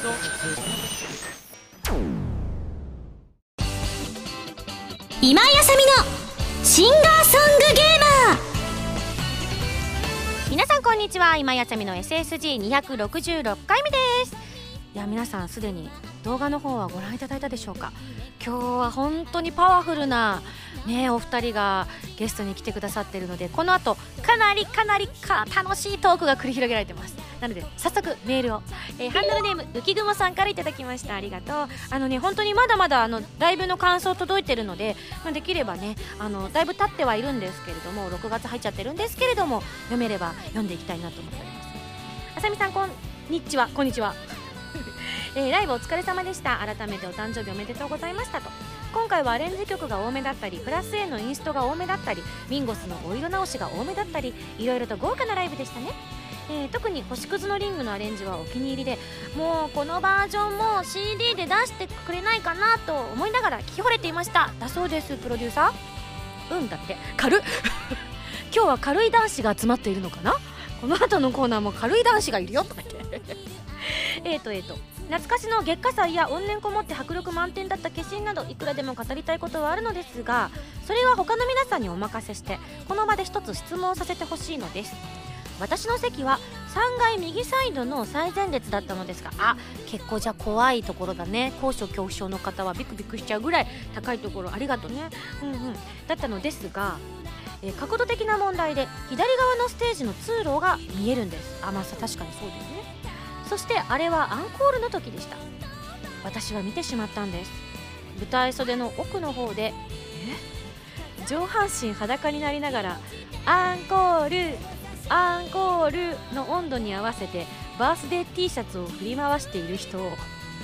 と今井あさみのシンガーソングゲーマー。 皆さんこんにちは。今井あさみの SSG266 回目です。いや、皆さんすでに動画の方はご覧いただいたでしょうか。今日は本当にパワフルなねお二人がゲストに来てくださっているので、この後かなり楽しいトークが繰り広げられてます。なので早速メールを、ハンドルネーム浮雲さんからいただきました。ありがとう。本当にまだまだライブの感想届いてるので、できればねだいぶ経ってはいるんですけれども、6月入っちゃってるんですけれども、読めれば読んでいきたいなと思っております。あさみさんこんにちは。ライブお疲れ様でした。改めてお誕生日おめでとうございましたと。今回はアレンジ曲が多めだったり、プラス A のインストが多めだったり、ミンゴスのお色直しが多めだったり、いろいろと豪華なライブでしたね。特に星屑のリングのアレンジはお気に入りで、もうこのバージョンも CD で出してくれないかなと思いながら聞き惚れていましただそうです。プロデューサーだって軽っ今日は軽い男子が集まっているのかな。この後のコーナーも軽い男子がいるよとか言って懐かしの月下祭や怨念こもって迫力満点だった化身など、いくらでも語りたいことはあるのですが、それは他の皆さんにお任せして、この場で一つ質問させてほしいのです。私の席は3階右サイドの最前列だったのですが、結構じゃ怖いところだね。高所恐怖症の方はビクビクしちゃうぐらい高いところ、ありがとうね。だったのですが、角度的な問題で左側のステージの通路が見えるんです。確かにそうですね。そしてあれはアンコールの時でした。私は見てしまったんです。舞台袖の奥の方で上半身裸になりながらアンコールの温度に合わせてバースデー T シャツを振り回している人を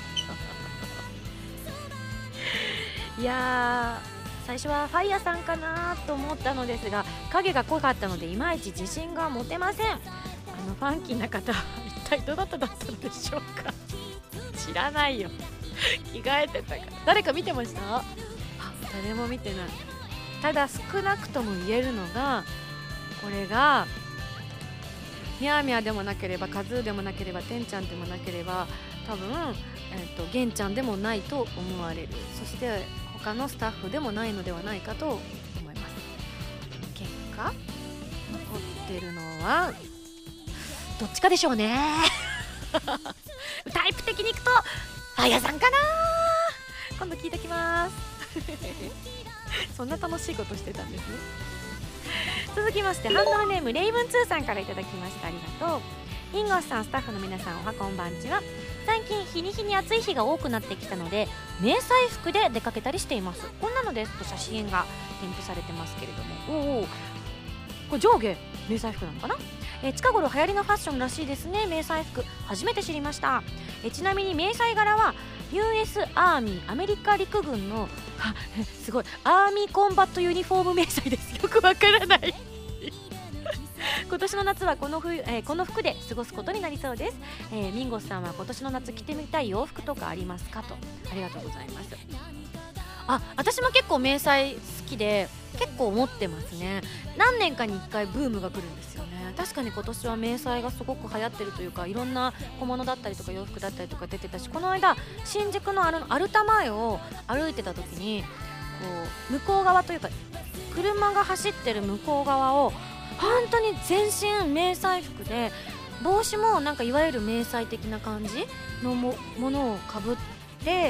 いやー、最初はファイヤーさんかなと思ったのですが、影が濃かったのでいまいち自信が持てません。ファンキーな方は一体どなただったのでしょうか。知らないよ着替えてたから。誰か見てました？誰も見てない。ただ少なくとも言えるのが、これがミャーミャーでもなければカズーでもなければテンちゃんでもなければ多分、ゲンちゃんでもないと思われる。そして他のスタッフでもないのではないかと思います。結果残ってるのはどっちかでしょうねタイプ的にいくとファイヤーさんかな。今度聞いてきますそんな楽しいことしてたんですね。続きましてハンドルネームレイブン2さんからいただきました。ありがとう。インゴスさん、スタッフの皆さん、おはこんばんちは。最近日に日に暑い日が多くなってきたので、迷彩服で出かけたりしています。こんなのですと写真が添付されてますけれども、これ上下迷彩服なのかな。近頃流行りのファッションらしいですね。迷彩服初めて知りました。ちなみに迷彩柄は US アーミー、アメリカ陸軍のすごいアーミーコンバットユニフォーム迷彩です。よくわからない今年の夏はこの服で過ごすことになりそうです。ミンゴスさんは今年の夏着てみたい洋服とかありますかと。ありがとうございます。私も結構迷彩好きで結構持ってますね。何年かに1回ブームが来るんですよね。確かに今年は迷彩がすごく流行ってるというか、いろんな小物だったりとか洋服だったりとか出てたし、この間新宿のアルタ前を歩いてた時に向こう側というか車が走ってる向こう側を本当に全身迷彩服で、帽子もなんかいわゆる迷彩的な感じのものをかぶって、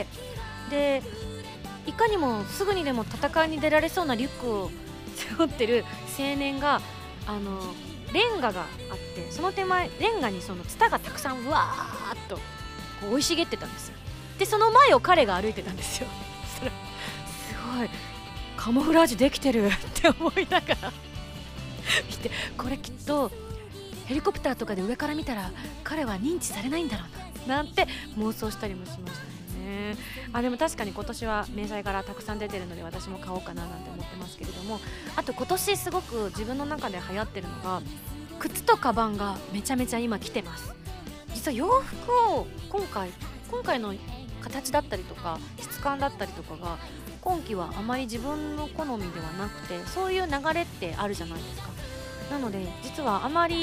でいかにもすぐにでも戦いに出られそうなリュックを背負ってる青年がレンガがあって、その手前レンガにそのツタがたくさんうわーっとこう生い茂ってたんですよ。でその前を彼が歩いてたんですよ。そしたらすごいカモフラージュできてるって思いながら見て、これきっとヘリコプターとかで上から見たら彼は認知されないんだろうななんて妄想したりもしましたね。でも確かに今年は迷彩柄たくさん出てるので私も買おうかななんて思ってますけれども、あと今年すごく自分の中で流行ってるのが靴とカバンがめちゃめちゃ今来てます。実は洋服を今回の形だったりとか質感だったりとかが今季はあまり自分の好みではなくて、そういう流れってあるじゃないですか。なので実はあまり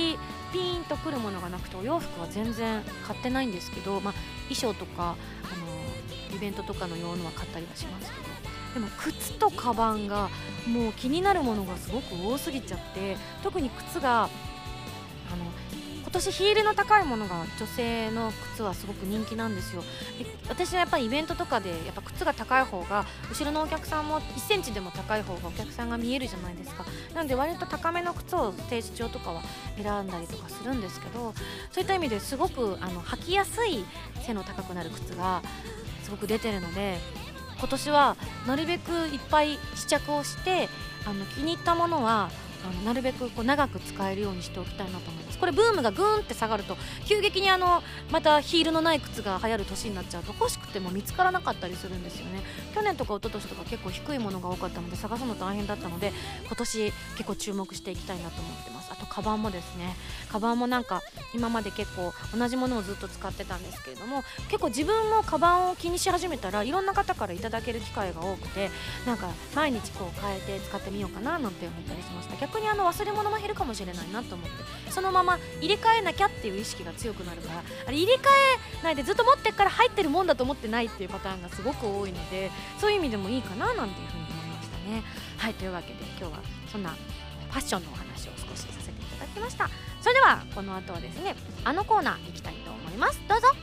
ピーンとくるものがなくてお洋服は全然買ってないんですけど、衣装とかイベントとかの用のは買ったりはしますけど、でも靴とカバンがもう気になるものがすごく多すぎちゃって、特に靴が今年ヒールの高いものが女性の靴はすごく人気なんですよ。で私はやっぱりイベントとかでやっぱ靴が高い方が後ろのお客さんも1センチでも高い方がお客さんが見えるじゃないですか。なので割と高めの靴をステージ上とかは選んだりとかするんですけど、そういった意味ですごく履きやすい背の高くなる靴がすごく出てるので、今年はなるべくいっぱい試着をして気に入ったものはなるべく長く使えるようにしておきたいなと思います。これブームがグーンって下がると急激にまたヒールのない靴が流行る年になっちゃうと欲しくても見つからなかったりするんですよね。去年とか一昨年とか結構低いものが多かったので探すの大変だったので、今年結構注目していきたいなと思ってます。あとカバンもですね、カバンもなんか今まで結構同じものをずっと使ってたんですけれども、結構自分もカバンを気にし始めたらいろんな方からいただける機会が多くて、なんか毎日変えて使ってみようかななんて思ったりしました。逆に忘れ物も減るかもしれないなと思って、そのまま入れ替えなきゃっていう意識が強くなるから、入れ替えないでずっと持ってから入ってるもんだと思ってないっていうパターンがすごく多いので、そういう意味でもいいかななんていうふうに思いましたね。はい、というわけで今日はそんなファッションのお話を少しさせていただきました。それではこの後はですね、コーナー行きたいと思います。どうぞ。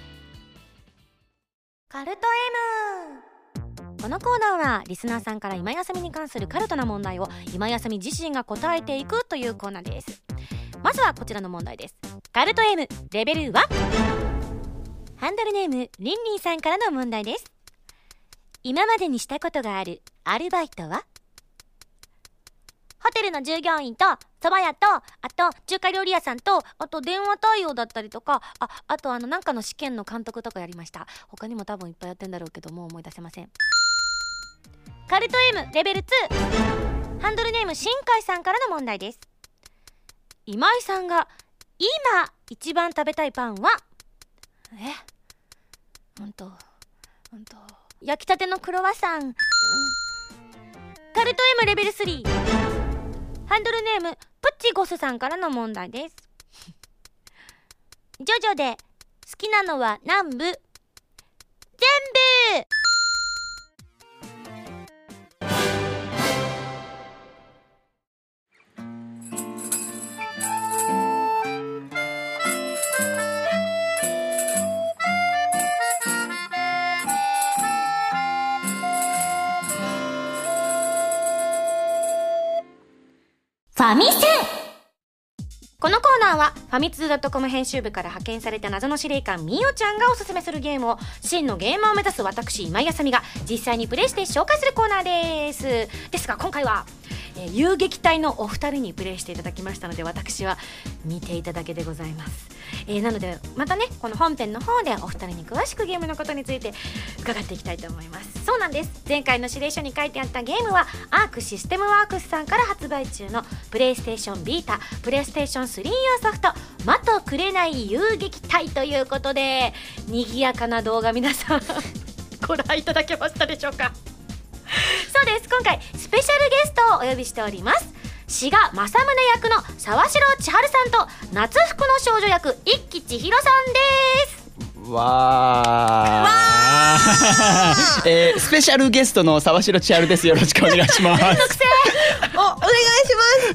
カルト M。 このコーナーはリスナーさんから今休みに関するカルトな問題を今休み自身が答えていくというコーナーです。まずはこちらの問題です。カルト M レベル1。ハンドルネームリンリンさんからの問題です。今までにしたことがあるアルバイトは？ホテルの従業員と蕎麦屋とあと中華料理屋さんとあと電話対応だったりとか、あとなんかの試験の監督とかやりました。他にも多分いっぱいやってんだろうけどもう思い出せません。カルト M レベル2。ハンドルネーム新海さんからの問題です。今井さんが今一番食べたいパンは？焼きたてのクロワッサン。カルト M レベル3。ハンドルネームプッチゴスさんからの問題です。ジョジョで好きなのは何部？全部。ファミセン。このコーナーはファミツー .com 編集部から派遣された謎の司令官みおちゃんがおすすめするゲームを真のゲーマーを目指す私今井あさみが実際にプレイして紹介するコーナーです。ですが今回は遊撃隊のお二人にプレイしていただきましたので、私は見ていただけでございます。なのでまたねこの本編の方でお二人に詳しくゲームのことについて伺っていきたいと思います。そうなんです。前回の指令書に書いてあったゲームはアークシステムワークスさんから発売中のプレイステーションビータ、プレイステーション3用ソフト魔と紅遊撃隊ということで、賑やかな動画皆さんご覧いただけましたでしょうか。そうです。今回スペシャルゲストをお呼びしております。志賀正宗役の沢城千春さんと夏服の少女役一木千尋さんです。 わースペシャルゲストの沢城千春です。よろしくお願いします。 お願いします。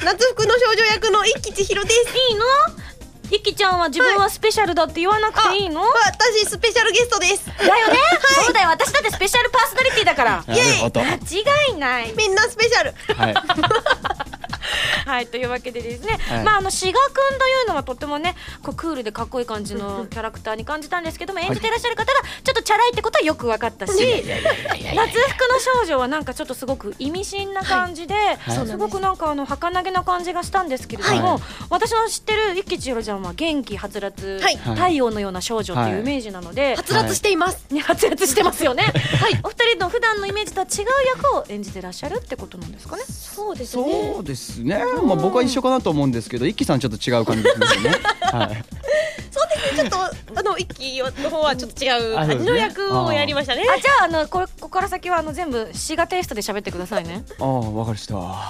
夏服の少女役の一木千尋です。 いいの？一木ちゃんは自分はスペシャルだって言わなくていいの？ 私スペシャルゲストです。 だよね、はい、そうだよ。私だってスペシャルパーソナリティだから。 なるほど。 間違いない。 みんなスペシャル。 はいはい、というわけでですね、 はい、 志賀くんというのはとってもねクールでかっこいい感じのキャラクターに感じたんですけども、演じていらっしゃる方がちょっとチャラいってことはよく分かったし、夏服の少女はなんかちょっとすごく意味深な感じで、すごくなんか儚げな感じがしたんですけれども、私の知ってる一木千尋ちゃんは元気はつらつ、太陽のような少女っていうイメージなので、 はつらつしています、 はつらつしてますよね。はい、お二人の普段のイメージとは違う役を演じてらっしゃるってことなんですかね。 そうですね。 そうですね。僕は一緒かなと思うんですけど、一木さんちょっと違う感じですよね。はい。 そうですね。ちょっと一木の方はちょっと違う味の役をやりましたね。 じゃあここから先は全部滋賀テイストで喋ってくださいね。 わかりました。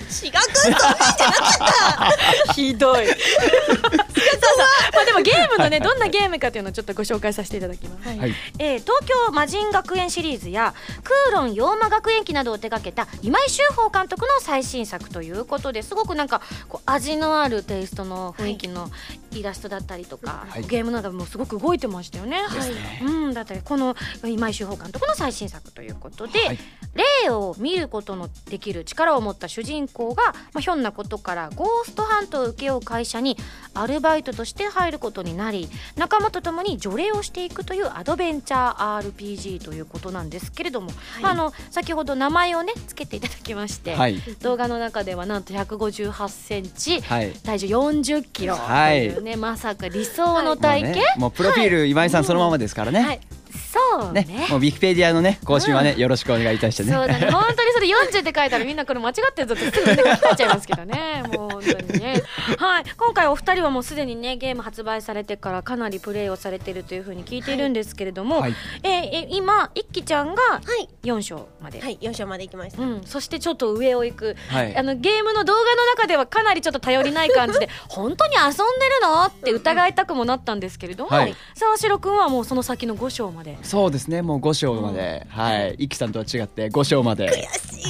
志賀くんそんなんじゃなかったひどい。まあでもゲームのねどんなゲームかというのをちょっとご紹介させていただきます。 はい東京魔人学園シリーズやクーロン妖魔学園記などを手掛けた今井修法監督の最新作ということで、すごくなんかこう味のあるテイストの雰囲気のイラストだったりとか、 はいゲームの中でもすごく動いてましたよね。だったりこの今井修法監督の最新作ということで、 はい霊を見ることのできる力を持った主人公が、ひょんなことからゴーストハントを請け負う会社にアルバイトとして入ることになり、仲間と共に除霊をしていくというアドベンチャー RPG ということなんですけれども、先ほど名前をねつけていただきまして、 はい動画の中ではなんと158センチ、 はい体重40キロというね、まさか理想の体型、 もうプロフィール今井さんそのままですからね。 はいそうねもうウィキペディアのね更新はね、よろしくお願いいたしてね。 そうだね、本当にそれ40って書いたらみんなこれ間違ってるぞってすぐね書いちゃいますけどね。もう本当にね。はい、今回お二人はもうすでにねゲーム発売されてからかなりプレイをされているというふうに聞いているんですけれども、 はい今一輝ちゃんがはい 4章まで、 はい4章まで行きました。 そしてちょっと上を行く、 はいゲームの動画の中ではかなりちょっと頼りない感じで本当に遊んでるのって疑いたくもなったんですけれども、 はい沢城くんはもうその先の5章まで。 そうですね、もう5章まで、はい、イキさんとは違って5章まで。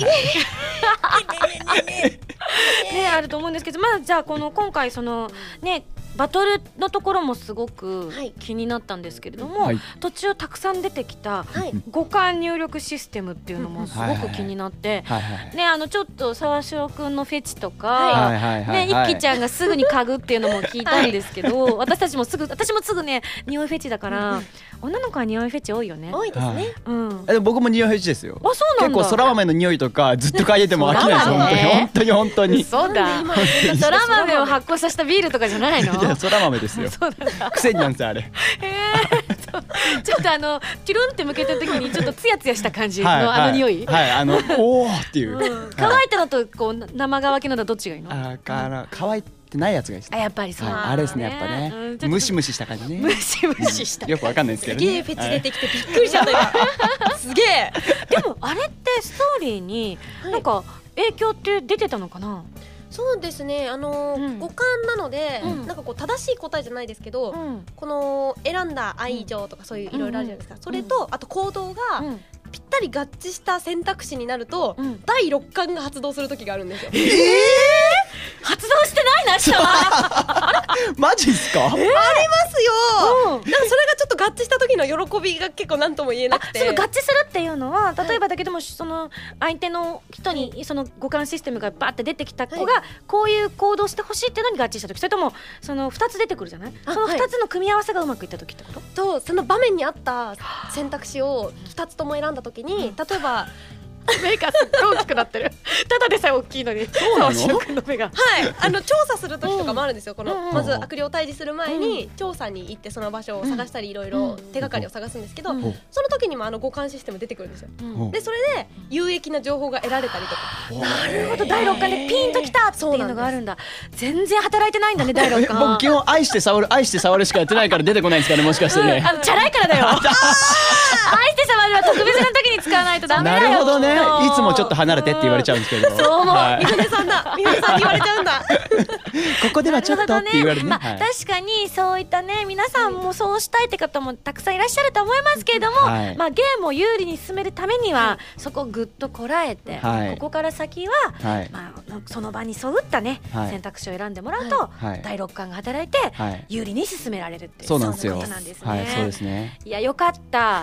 ね、あると思うんですけど、じゃあ今回そのねバトルのところもすごくはい気になったんですけれども、 はい途中たくさん出てきたはい五感入力システムっていうのもすごく気になって、 はいはいね、ちょっと沢城くんのフェチとか、 はいはいはいね、 はい一輝ちゃんがすぐに嗅ぐっていうのも聞いたんですけど、私もすぐね匂いフェチだから女の子は匂いフェチ多いよね。 多いですね。 うん、 でも僕も匂いフェチですよ。 あ、そうなんだ。 結構そら豆の匂いとかずっと嗅いでても飽きないです。 そら豆本当に本当に。 そうだ。そら豆を発酵させたビールとかじゃないの？ いやそら豆ですよ。 そうなんだ。 癖になんですよあれ。 ちょっとチュルンって向けた時にちょっとツヤツヤした感じのはい匂い。 はいおーっていう。 乾いたのとこう生乾きのとどっちがいいの？ 乾いてないやつがいいです。 やっぱりそう。 あれですねやっぱね。ムシムシした感じね。 ムシムシした。 よくわかんないですけどね。 すげえフェチ出てきてびっくりしちゃった今。すげえ。 でもあれってストーリーになんか影響って出てたのかな？ そうですね、五感なので、なんかこう正しい答えじゃないですけど、この選んだ愛情とかそういういろいろあるじゃないですか、それとあと行動がぴったり合致した選択肢になると、第六感が発動する時があるんですよ。 発動してないな、下は。 マジっすか？ ありますよ。なんかそれがちょっと合致した時の喜びが結構何とも言えなくて。 その合致するっていうのは例えばだけども、その相手の人にその五感システムがバーって出てきた子がこういう行動してほしいっていうのに合致した時、それともその2つ出てくるじゃない、その2つの組み合わせがうまくいった時ってこと？ とその場面に合った選択肢を2つとも選んだ時に、例えば目がすっごい大きくなってる。ただでさえ大きいのに。 そうなの？ 沢城君の目が。 調査する時とかもあるんですよ。このまず悪霊を退治する前に調査に行ってその場所を探したりいろいろ手がかりを探すんですけど、その時にも五感システム出てくるんですよ。でそれで有益な情報が得られたりとか。 なるほど、第6巻でピンときたっていうのがあるんだ。全然働いてないんだね、第6巻。 僕基本愛して触るしかやってないから出てこないんですかね、もしかしてね。 チャラいからだよ。愛して触るは特別な時に使わないとダメだよ。 なるほどね。いつもちょっと離れてって言われちゃうんですけど。 そう思う。 みふねさんだ。みふねさんに言われちゃうんだ。 ここではちょっとって言われるね。 確かにそういったね、皆さんもそうしたいって方もたくさんいらっしゃると思いますけれども、ゲームを有利に進めるためにはそこをぐっとこらえて、ここから先はその場に沿ったね選択肢を選んでもらうと第6巻が働いて有利に進められるっていう、 そうなんですよ。 ことなんですね。 はい、そうですね。 いや、よかった。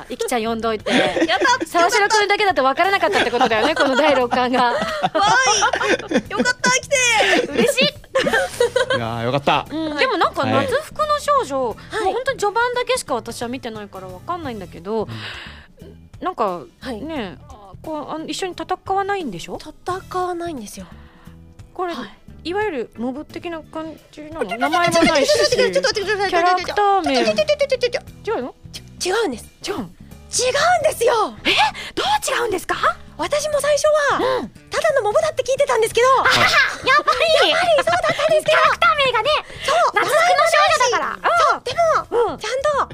いきちゃん呼んどいて。沢城くんだけだと分からなかったってことだよね、この第6巻が。 わーい、よかった来て。 嬉しい。 いやーよかった。 でもなんか夏服の少女、もう本当に序盤だけしか私は見てないから分かんないんだけど、なんかね、一緒に戦わないんでしょ？ 戦わないんですよ。 これいわゆるモブ的な感じなの？名前もないし、キャラクター名違うの？ 違うんです。 違うんですよ。 どう違うんですか？ 私も最初はただのモブだって聞いてたんですけど、 やっぱりそうだったんですけど、キャラクター名がね、夏服の少女だから。 でもちゃんと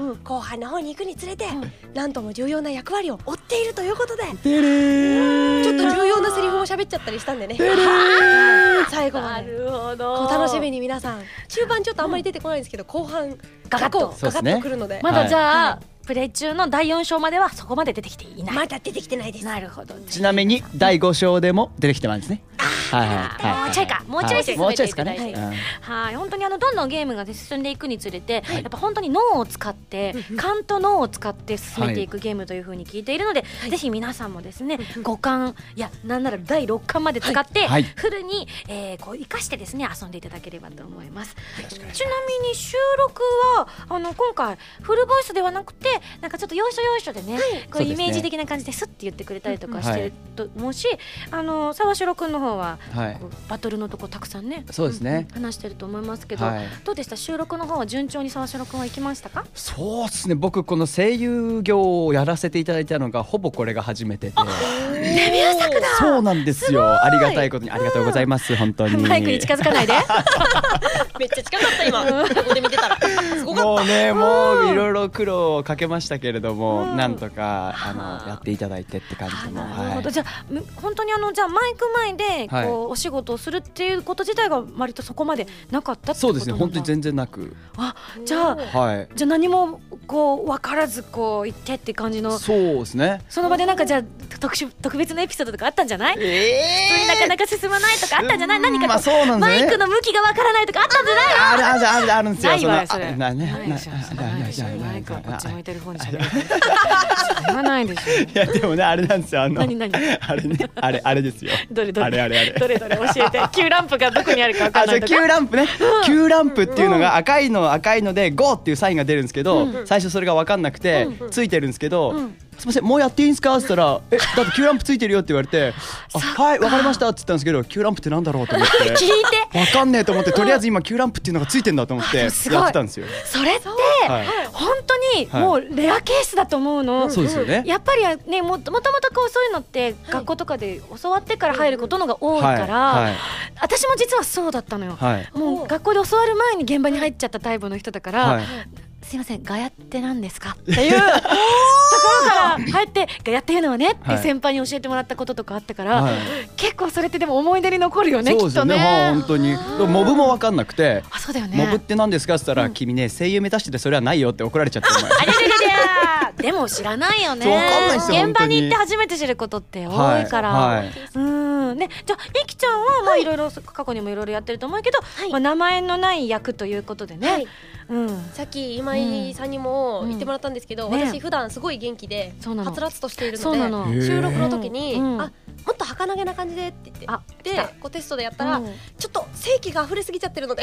後半の方に行くにつれて、なんとも重要な役割を負っているということで、 てれーちょっと重要なセリフも喋っちゃったりしたんでね、最後まなでるほど。 お楽しみに皆さん。中盤ちょっとあんまり出てこないんですけど、後半ガガッとガガッとくるので、 まだじゃあ、 はプレイ中の第4章まではそこまで出てきていない。 まだ出てきてないです。 なるほど。 ちなみに第5章でも出てきてますね。はいはいはい。 もうちょいか、もうちょい進もうめちょいですかね。 ていただいて。 うんはい、本当にどんどんゲームが進んでいくにつれて、やっぱ本当に脳を使って勘と脳を使って進めていくゲームという風に聞いているので、ぜひ皆さんもですね、5巻いやなんなら第6巻まで使ってはいフルにこう生かしてですね遊んでいただければと思います。ちなみに収録は今回フルボイスではなくて、なんかちょっと要所要所でね、こうイメージ的な感じでスッて言ってくれたりとかしてると思うし、沢城くんの方ははいこうバトルのとこたくさんねそうですね。 話してると思いますけど、 はいどうでした？収録の方は順調に沢城くんは行きましたか？ そうですね。僕この声優業をやらせていただいたのがほぼこれが初めてで。 デビュー作だ。 そうなんですよ。ありがたいことにありがとうございます本当に。 マイクに近づかないで。 めっちゃ近かった今。ここで見てたらすごかった。 もうね、もういろいろ苦労をかけましたけれども、なんとかやっていただいてって感じでも。 なるほど。じゃあ本当にじゃあマイク前でこう、 はいお仕事をするっていうこと自体が割とそこまでなかったってことそうですね。本当に然。 全然なく。 あ、じゃあはい。 じゃあ何もこう分からずこう言ってって感じの、 そうですね。 その場でなんかじゃあ特別なエピソードとかあったんじゃない？普通になかなか進まないとかあったんじゃない？何かこう、 まあそうなんですね。 マイクの向きが分からないとかあったんじゃない？ あるんですよ。 ないわよそれ。 なね。 ないでしょ。ないでしょ。マイクはこっち向いてる方にしゃべる。言わないでしょ。 いやでもねあれなんですよ。 何あれねあれですよ。 どれどれあれ。 どれどれ教えて。Q ランプがどこにあるか分からないとか。 Q ランプね。Q ランプっていうのが赤いので GO っていうサインが出るんですけど、最初それが分かんなくてついてるんですけど、すみませんもうやっていいんですかって言ったらだって Q ランプついてるよって言われて、はい分かりましたって言ったんですけど Q ランプってなんだろうと思って聞いて。 分かんねえと思って、とりあえず今 Q ランプっていうのがついてんだと思ってやってたんですよ。 それってはい本当にもうレアケースだと思うの。 そうですよね。 やっぱりねもともとこうそういうのって学校とかで教わってから入ることのが多いから、 はい私も実はそうだったのよ。 はいもう学校で教わる前に現場に入っちゃったタイプの人だから、 はいすいませんガヤって何ですかっていうところから入ってガヤっていうのはねって先輩に教えてもらったこととかあったから、 はい結構それってでも思い出に残るよね。 そうですよね。 きっとね。 本当にモブも分かんなくて、 あ、そうだよね。 モブって何ですかって言ったら、君ね声優目指しててそれはないよって怒られちゃって。 あれれれれでも知らないよね。 そうわかんないですよ現場に行って初めて知ることって多いから、 はいはいね、じゃあいきちゃんはまあいろいろ過去にもいろいろやってると思うけど、まあ名前のない役ということでね、 はいうん、 さっき今井さんにも言ってもらったんですけど、 ね私普段すごい元気でそうなのはつらつとしているそうなのので、収録の時に、 うんあもっと儚げな感じでって言ってあで来たこうテストでやったら、 うんちょっと正気が溢れすぎちゃってるので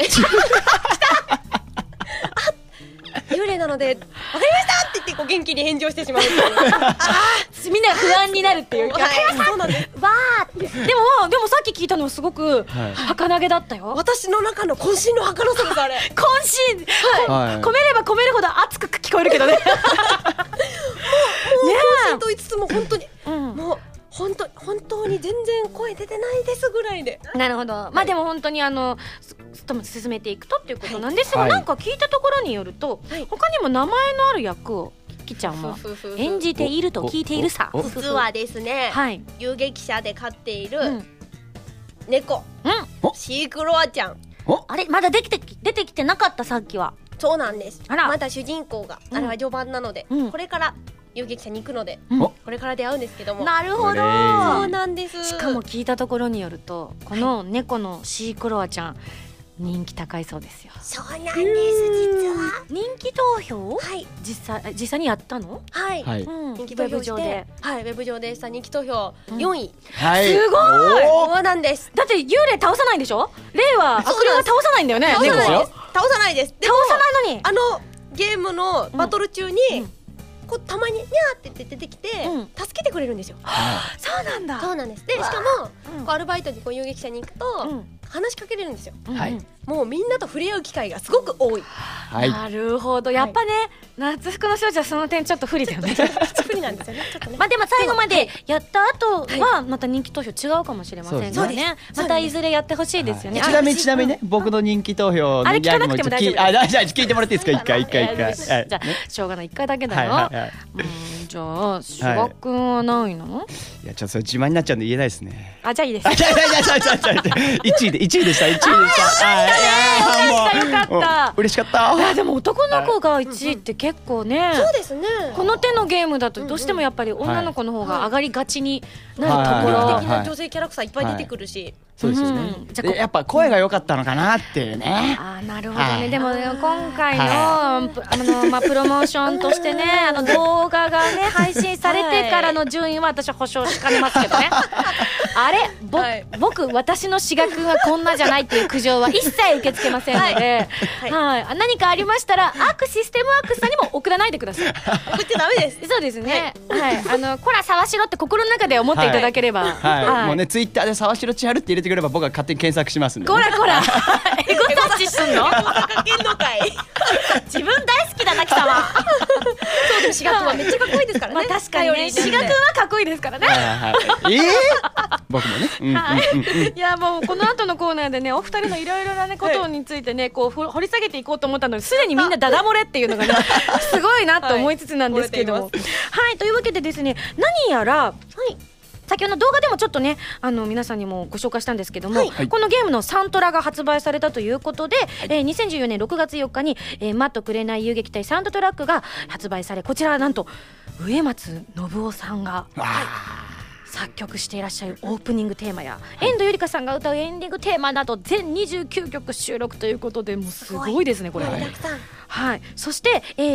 幽霊なので分かりましたって言ってこう元気に返事をしてしまうっていうみんなが不安になるっていうか、 はいそうなんです。 わーってでもさっき聞いたのはすごくはい儚げだったよ。 私の中の渾身の儚さですあれ。 渾身、 はい込めれば込めるほど熱く聞こえるけどね。 渾身と言いつつも本当に、 うんもう本当に全然声出てないですぐらいで。 なるほど、まあでも本当に進めていくとっていうことなんですが、 はいなんか聞いたところによると、 はい他にも名前のある役をきちゃんも演じていると聞いているさ。 お実はですね、 はい、 遊撃者で飼っているうん猫、 うん、 シークロアちゃん。 あれまだ出てきてなかったさっきは。 そうなんです。 あらまだ主人公が、あれは序盤なので、 うんこれから遊撃者に行くので、 うんおこれから出会うんですけども。 なるほど。 そうなんです。 しかも聞いたところによるとこの猫のシークロアちゃん人気高いそうですよ。 そうなんです実は。 人気投票はい実際にやったの？ はい。 はいうん、 人気投票してウェブ上で。 はい、ウェブ上でした人気投票うん 4位。 はいすごいおーそうなんです。 だって幽霊倒さないんでしょ？霊は悪霊は倒さないんだよね。 倒さ猫ないです。倒さないです。でも倒さないのに。 あのゲームのバトル中に、 うんこうたまにニャーって言って出てきて、 うん助けてくれるんですよ。 そうなんだ。 そうなんです。でしかも、 うんこうアルバイトにこう遊撃者に行くと、 うん話しかけれるんですよ。 うんはいもうみんなと触れ合う機会がすごく多い。 はい。 なるほど、やっぱね、夏服の少女はその点ちょっと不利だよね。 不利なんですよね。ちょっとね。 まあでも最後までやった後はまた人気投票違うかもしれませんからね。またいずれやってほしいですよね。 ちなみにね、僕の人気投票のギャグもじゃあ聞いてもらっていいですか？一回。 じゃあしょうがない1回だけだよ。じゃあ志賀くんは何位なの？ いやちょっとそれ自慢になっちゃうんで言えないですね。 じゃあいいです。 1位でした。よかった。嬉しかった。 いやでも男の子が1位って結構ね。 そうですね。 この手のゲームだとどうしてもやっぱり女の子の方が上がりがちになるところ。 的な女性キャラクターいっぱい出てくるし。 そうですよね。やっぱ声が良かったのかなっていうね。 なるほどね。でも今回のプロモーションとしてね、動画がね配信されてからの順位は私は保証しかねますけどね。私の志賀くんはこんなじゃないっていう苦情は一切受け付けませんので、何かありましたらシステムワークスさんにも送らないでください。 送ってダメです。 そうですね。こら沢城って心の中で思っていただければ、 もうねツイッターで沢城千春って入れてくれば僕は勝手に検索しますんで。 こらエゴサーチすんの？ 芸能界。 自分大好きだな貴様。 そうでも志賀くんはめっちゃかっこいいですからね。 確かにね、志賀くんはかっこいいですからね。 僕もね。 いやもうこの後のコーナーでね、お二人のいろいろなねことについてねこう掘り下げていこうと思ったのですでにみんなダダ漏れっていうのがねすごいなと思いつつなんですけども、はいというわけでですね、何やら先ほどの動画でもちょっとね皆さんにもご紹介したんですけども、このゲームのサントラが発売されたということで、2014年6月4日に、マット紅遊撃隊サウンドトラックが発売され、こちらはなんと植松信夫さんが作曲していらっしゃるオープニングテーマや遠藤由里香さんが歌うエンディングテーマなど全29曲収録ということで、もうすごいですねこれ。そして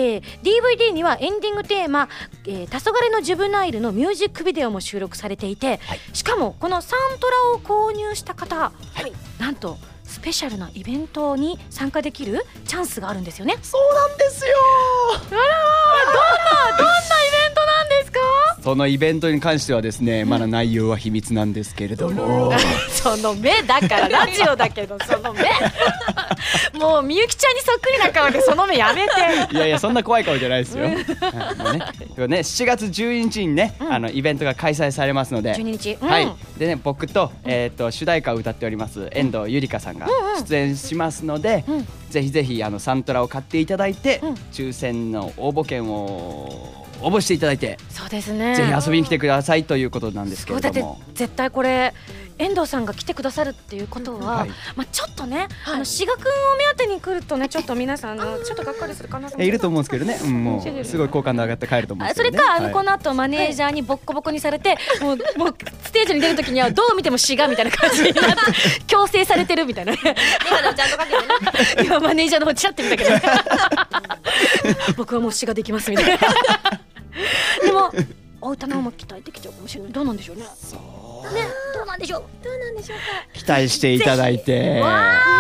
、DVD にはエンディングテーマ「黄昏のジュブナイル」のミュージックビデオも収録されていて、しかもこのサントラを購入した方、なんとスペシャルなイベントに参加できるチャンスがあるんですよね。 そうなんですよ。 どんなイベントなんですか？ そのイベントに関してはですね、まだ内容は秘密なんですけれども、 その目だからラジオだけどその目もうみゆきちゃんにそっくりな顔でその目やめて。 いやそんな怖い顔じゃないですよ。7月12日にねイベントが開催されますので、12日でね、僕と主題歌を歌っております遠藤由里香さんが出演しますので、ぜひぜひサントラを買っていただいて、抽選の応募券を応募していただいて、 そうですね、 ぜひ遊びに来てくださいということなんですけれども、 絶対これ遠藤さんが来てくださるっていうことは、ちょっとね志賀くんを目当てに来るとね、ちょっと皆さんちょっとがっかりする可能性もいると思うんですけどね、もうすごい好感度上がって帰ると思うんですけどね。 それかこの後マネージャーにボッコボコにされて、もうステージに出るときにはどう見ても志賀みたいな感じになって強制されてるみたいなね。 眼鏡をちゃんとかけてね。 今マネージャーの方チラって見たけどね僕はもう志賀できますみたいな。でもお歌の方も期待できちゃうかもしれない。どうなんでしょうね。どうなんでしょうか。 期待していただいて、ぜひこちらの応募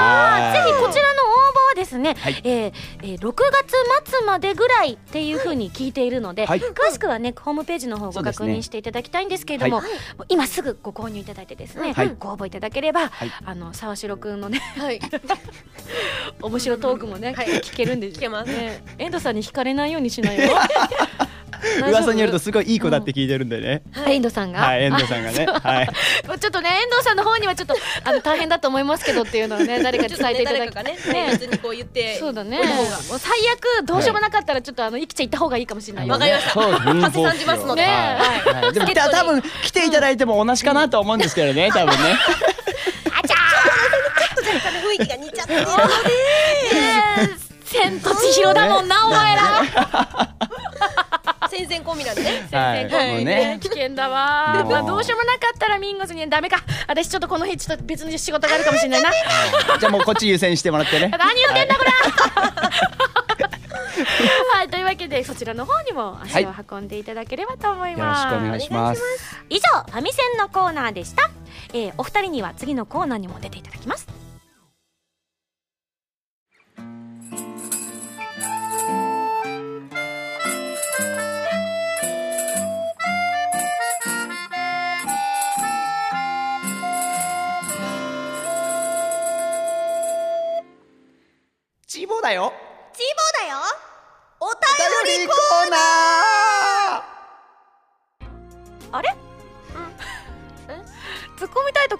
はですね、6月末までぐらいっていう風に聞いているので、詳しくはねホームページの方をご確認していただきたいんですけれども、今すぐご購入いただいてですね、ご応募いただければ沢城くんのね面白トークもね聞けるんで、聞けますね。遠藤さんに惹かれないようにしないよ。 噂によるとすごいいい子だって聞いてるんでね。 遠藤さんが、 遠藤さんがね、ちょっとね遠藤さんの方にはちょっと大変だと思いますけどっていうのをね、誰か伝えていただきたいね。 別にこう言って、 そうだね。もう最悪どうしようもなかったらちょっと生きちゃ行った方がいいかもしれないよ。 わかりました。加瀬さんじますので。 でも多分来ていただいても同じかなと思うんですけどね、多分ね。 あちゃー。ちょっと若干雰囲気が似ちゃっているので。 千と千尋だもんなお前ら。 戦線込みなんでね。 戦線込みね。危険だわ。どうしようもなかったらミンゴスにダメか。私ちょっとこの日ちょっと別に仕事があるかもしれないな。 じゃあもうこっち優先してもらってね。 何言ってんだこれ。はい、というわけでそちらの方にも足を運んでいただければと思います。 よろしくお願いします。 以上ファミセンのコーナーでした。お二人には次のコーナーにも出ていただきます。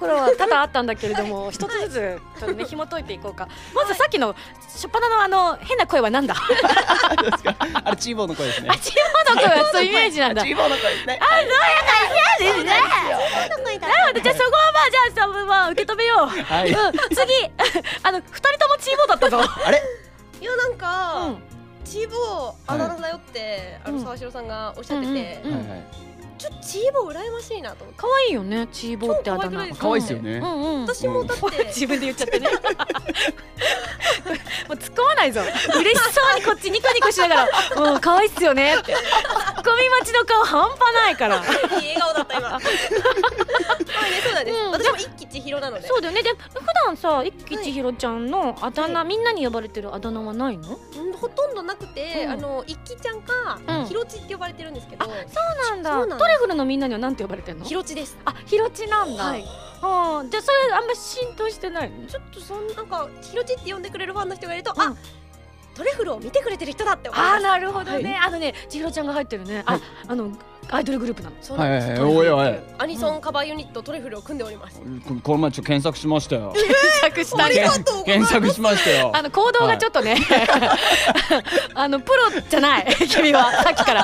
ころは多々あったんだけれども、一つずつちょっとね紐解いていこうか。まずさっきの初っ端の変な声はなんだ？ あれチーボーの声ですね。 チーボーの声はそういうイメージなんだ。 チーボーの声ですね。 そういう感じですね。なるほど、じゃあそこはじゃあ受け止めよう。 はい。 次2人ともチーボーだったぞ。 あれ？ いやなんかチーボーあだ名だよって沢城さんがおっしゃってて、ちょっとチーボー羨ましいなと思って。 可愛いよね、チーボーってあだ名。 可愛いですよね。 私もだって自分で言っちゃってね。もう突っ込まないぞ。嬉しそうにこっちニコニコしながら、もう可愛いっすよねって。ツッコミ待ちの顔半端ないから。 いい笑顔だった今。はいね、そうなんです。私も一騎千尋なので。 そうだよね。で普段さ、一騎千尋ちゃんのあだ名、みんなに呼ばれてるあだ名はないの？ ほとんどなくて、一騎ちゃんかひろちって呼ばれてるんですけど。 そうなんだ。トレフルのみんなにはなんて呼ばれてるの？ ひろちです。 あ、ひろちなんだ。はい。じゃあそれあんま浸透してない。 ちょっとなんかひろちって呼んでくれるファンの人がいると、あ、トレフルを見てくれてる人だって思います。 なるほどね。千尋ちゃんが入ってるね。アイドルグループなの。 そうなんです。 おいおい。 アニソンカバーユニットトレフルを組んでおります。 この前ちょっと検索しましたよ。 検索したね。 検索しましたよ。 行動がちょっとね、プロじゃない君はさっきから。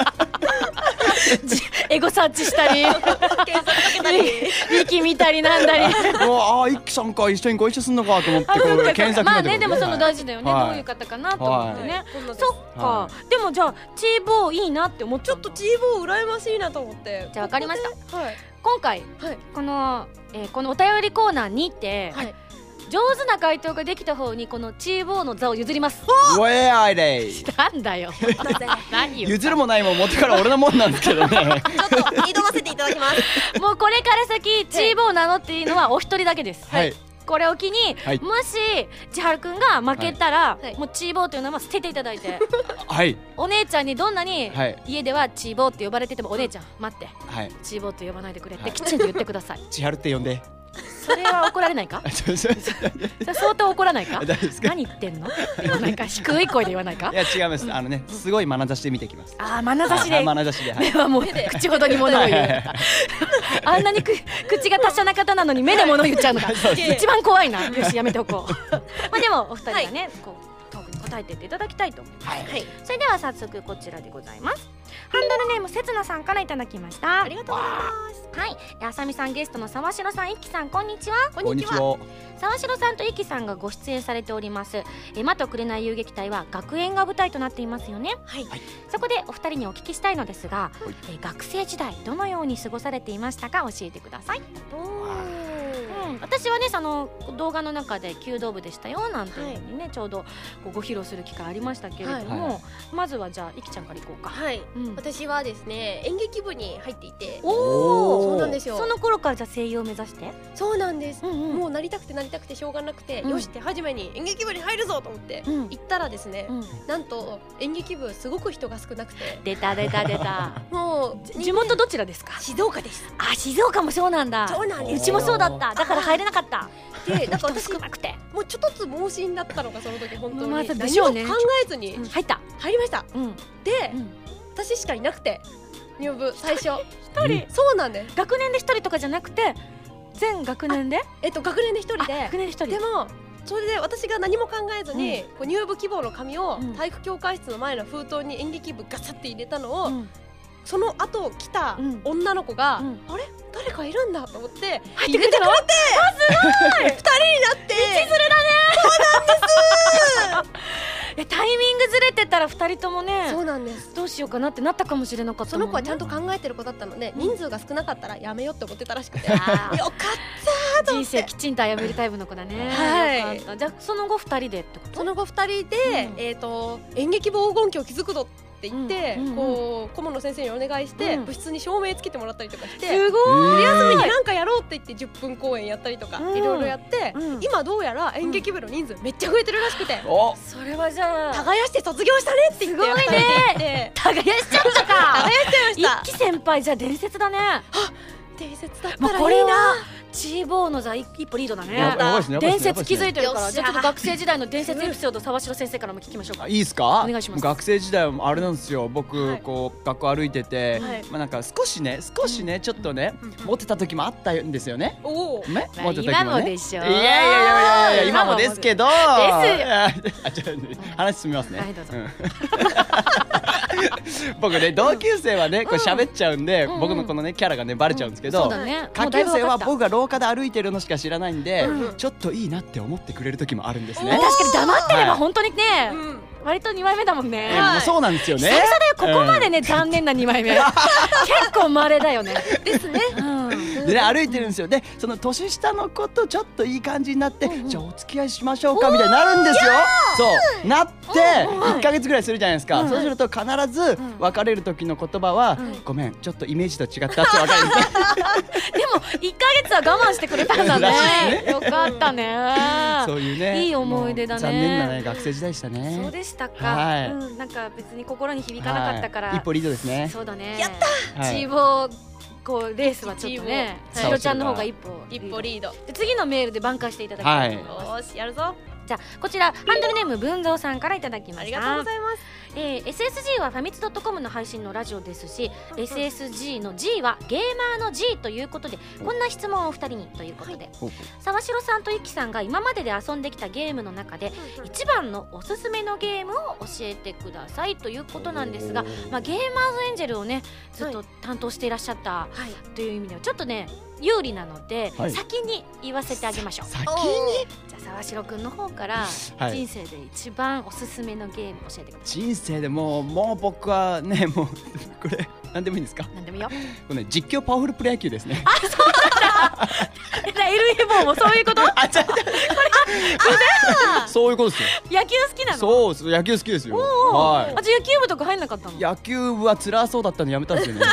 エゴサーチしたり、 検索かけたり、 ウィキ見たりなんだり。 一輝さんか、一緒にご一緒すんのかと思って検索。 まあね、でもその大事だよね。どういう方かなと思ってね。そっか。でもじゃあチーボーいいなって思っちゃった。 ちょっとチーボー羨ましいなと思って。 じゃあ分かりました。今回このお便りコーナーにて上手な回答ができた方にこのチーボーの座を譲ります。なんだよ。何よ。 譲るもないもん持ってから俺のもんなんですけどね。 ちょっと挑ませていただきます。 もうこれから先チーボーを名乗っていいのはお一人だけです。 はい。 これを機にもし千春くんが負けたらもうチーボーという名前を捨てていただいて、はい。お姉ちゃんにどんなに家ではチーボーって呼ばれてても、お姉ちゃん待って、チーボーと呼ばないでくれってきちんと言ってください。 千春って呼んで。 それは怒られないか？相当怒らないか？何言ってんの？なんか低い声で言わないか？ いや違います。すごい眼差しで見てきます。 眼差しで。 眼差しで。 目はもう口ほどに物を言う。あんなに口が達者な方なのに目で物を言っちゃうのが一番怖いな。よしやめておこう。まあでもお二人がね、こうトークに答えていっていただきたいと思います。それでは早速こちらでございます。ハンドルネームせつなさんからいただきました。 ありがとうございます。 はい、あさみさん、ゲストの沢城さん、いっきさん、こんにちは。 こんにちは。 沢城さんといっきさんがご出演されておりますまと紅遊撃隊は学園が舞台となっていますよね。はい。そこでお二人にお聞きしたいのですが、学生時代どのように過ごされていましたか、教えてください。私はね、その動画の中で弓道部でしたよなんていうふうにね、ちょうどご披露する機会ありましたけれども、まずはじゃあいきちゃんからいこうか。 はい。私はですね、演劇部に入っていて。 そうなんですよ。その頃からじゃあ声優を目指して。 そうなんです。もうなりたくてしょうがなくて、よしって初めに演劇部に入るぞと思って行ったらですね、なんと演劇部すごく人が少なくて。 出た。もう地元どちらですか？静岡です。 あ、静岡もそうなんだ。 そうなんです。 うちもそうだった。だから入れなかった。 で、なんか私少なくてもうちょっとずつ盲信だったのがその時本当に何も考えずに入りました。で、私しかいなくて入部最初一人。 そうなんです。 学年で一人とかじゃなくて全学年で？ 学年で一人で。 学年で一人。 でもそれで私が何も考えずに入部希望の紙を体育教科室の前の封筒に演劇部ガサッて入れたのを、その後来た女の子が、あれ誰かいるんだと思って入れてくれて、すごい2人になって一ずれだね。 そうなんです。 タイミングずれてたら2人ともね、 そうなんです。 どうしようかなってなったかもしれなかった。 その子はちゃんと考えてる子だったので、人数が少なかったらやめようって思ってたらしくて、よかったと思って。 人生きちんと歩めるタイプの子だね。 はい。 じゃあその後2人でってこと？ その後2人で演劇部黄金期を築くぞって言って、こう顧問の先生にお願いして部室に照明つけてもらったりとかして、 すごい。 昼休みになんかやろうって言って10分公演やったりとかいろいろやって、今どうやら演劇部の人数めっちゃ増えてるらしくて、 それはじゃあ耕して卒業したねって言って。 すごいね。耕しちゃったか。 耕しちゃいました。 一期先輩じゃ伝説だね。 伝説だったらいいな。 これはチーボーの座一歩リードだね。 やばいですね。 伝説築いてるから、 よっしゃじゃあちょっと学生時代の伝説エピソード沢城先生からも聞きましょうか。 いいですか？ お願いします。 学生時代はあれなんですよ。僕、 はいこう学校歩いてて、 はいまあなんか少しねちょっとね、モテた時もあったんですよね。 おお。 ね、 まあモテた時今もね。 もでしょ。 いや今もですけど。 ですよあ、ちょっと話進みますね。 はいどうぞん僕ね同級生はねこう喋っちゃうんで、僕のこのねキャラがねバレちゃうんですけど、 そうだね。 下級生は僕がが廊下で歩いてるのしか知らないんで、ちょっといいなって思ってくれる時もあるんですね。 確かに黙ってればはい本当にね、割と2枚目だもんね。 もうそうなんですよね。 久々だよここまでね、残念な2枚目。結構稀だよね。 ですね。 でね歩いてるんですよ。でその年下の子とちょっといい感じになって、じゃあお付き合いしましょうかみたいになるんですよ。そうなって1ヶ月ぐらいするじゃないですか。そうすると必ず別れる時の言葉は、ごめんちょっとイメージと違ったって分かるんですね。 でも1ヶ月は我慢してくれたんだらしいね。よかったね。 そういうねいい思い出だね。 もう残念なね学生時代でしたね。 そうでしたか。 はいなんか別に心に響かなかったから。 はい一歩リードですね。 そうだね。 やったはいチーボーこうレースはちょっとね、 チーボーしろちゃんの方が一歩リード。 で次のメールで挽回していただきたいと思います。 よーしやるぞ。 じゃあこちらハンドルネーム文蔵さんからいただきました。 ありがとうございます。 SSG はファミツ.com の配信のラジオですし、SSG の G はゲーマーの G ということで、こんな質問をお二人にということで、 ほうほ沢城さんとゆきさんが今までで遊んできたゲームの中で一番のおすすめのゲームを教えてくださいということなんですが、まあ、ゲーマーズエンジェルをねずっと担当していらっしゃったはい。 という意味ではちょっとね有利なので、 はい先に言わせてあげましょう。 先にじゃあ沢城くんの方からはい人生で一番おすすめのゲーム教えてください。 人生でもう僕はねもうこれ何でもいいんですか？ なんでもいいよ。 これね実況パワフルプロ野球ですね。 LA ボーもそういうこと？ あ違うそういうことですよ。 野球好きなの？ そうです野球好きですよ。 おーはあ、じゃあ野球部とか入んなかったの？ い。野球部は辛そうだったんでやめたんですよね。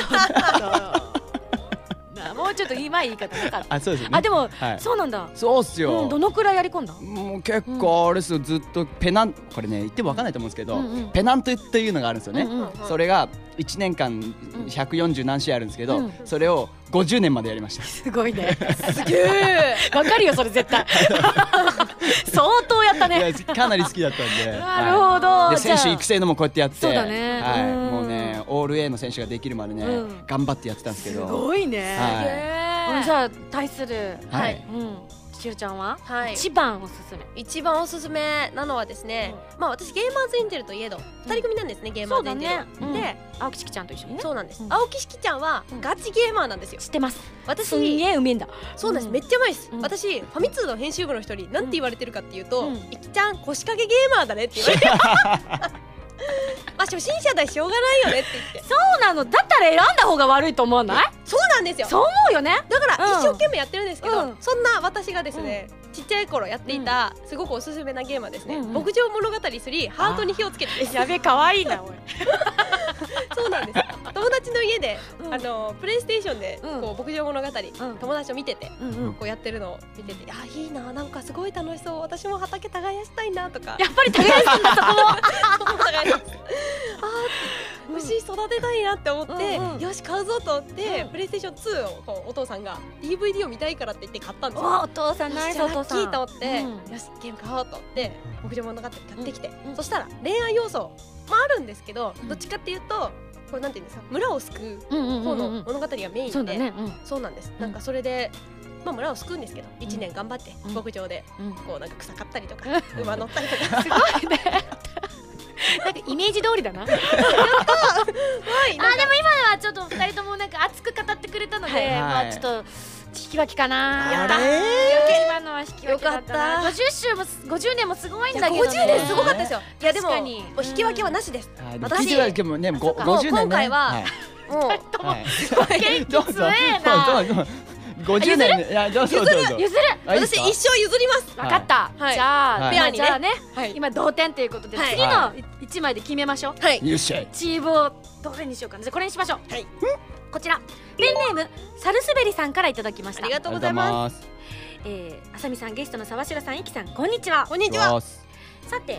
もうちょっと今いい言い方なかった。 あそうですよね。 あでも、 はいそうなんだ。 そうっすよ。 どのくらいやり込んだ？ もう結構あれですよずっとペナンこれね言っても分かんないと思うんですけど、 うんうんペナントっていうのがあるんですよね。 うんうんそれが1年間140何試合あるんですけど、 うんそれを50年までやりました。 すごいね。すげえ。わかるよそれ絶対。相当やったいね。 やかなり好きだったんで。 なるほど。 でじゃあ選手育成のもこうやってやって、 そうだねはい、 うんもうねオール A の選手ができるまでね、 うん頑張ってやってたんですけすど、 ごいね。 はじゃあ対するはいしゅうちゃんははい。 一番おすすめ。 一番おすすめなのはですね、まあ私ゲーマーズエンジェルといえど2人組なんですね、ゲーマーズエンジェル、 そうだねで青木しきちゃんと一緒にね。 そうなんです、 うん青木しきちゃんはガチゲーマーなんですよ。 知ってます。 私すんげえうめえんだ。 そうなんです、 うんめっちゃうまいです、 うん私ファミ通の編集部の人に何て言われてるかっていうと、 うんいきちゃん腰掛けゲーマーだねって言われてまあ初心者だししょうがないよねって言ってそうなの。だったら選んだ方が悪いと思わない？ そうなんですよ。 そう思うよね。 だからうん一生懸命やってるんですけど、 うんそんな私がですね、ちっちゃい頃やっていたすごくおすすめなゲームはですね、 うんうん牧場物語3ハートに火をつけてですやべえ可愛いなおい。 そうなんです友達の家で、 うんプレイステーションでうんこう牧場物語、 ん友達と見ててうんうん。 こうやってるのを見てて、あいいな、なんかすごい楽しそう、私も畑耕したいなとかやっぱり耕すんだそこも。 耕します牛育てたいなって思って、 うんうんよし買うぞと思って、 うんプレイステーション2をこうお父さんが DVD を見たいからって言って買ったんですよ。 おお父さんナイスお父さん。 ラッキーと思って、 うんよしゲーム買おうと思って牧場物語買ってきて、 うんそしたら恋愛要素もあるんですけど、 うんどっちかっていうとこれなんていうんですか、村を救ううんうん方うんうん。 の物語がメインで、 そうだね。うんそうなんです、 うんなんかそれで、まあ、村を救うんですけど1年頑張ってうん牧場でうん。 こうなんか草刈ったりとかうん馬乗ったりとかすごいね。なんかイメージ通りだな。 はいあでも今のはちょっと二人ともなんか熱く語ってくれたので、 はいまあちょっと引き分けかな。 やった今のは引き分けだったな。 よか 50年もすごいんいやだけどね。 50年すごかったですよ。いやでもも確かにう引き分けはなしです。 はいでも私聞いてただけもねそうか 50年ね今回はもうはい元気どうぞ強えな。 どうぞ50年ねいやどうぞどうぞ譲る。 私あいいっすか一生譲ります。 分かった。 はいじゃあはいペアにね。じゃあね。 はい今同点ということではい次の一枚で決めましょう。 はい。 よっしゃいチーボをどれにしようかな。じゃあこれにしましょう。 はい。 こちらペンネームサルスベリさんからいただきました。 ありがとうございます。 すあさみさんゲストの沢城さんいきさんこんにちは。 こんにちは。 さて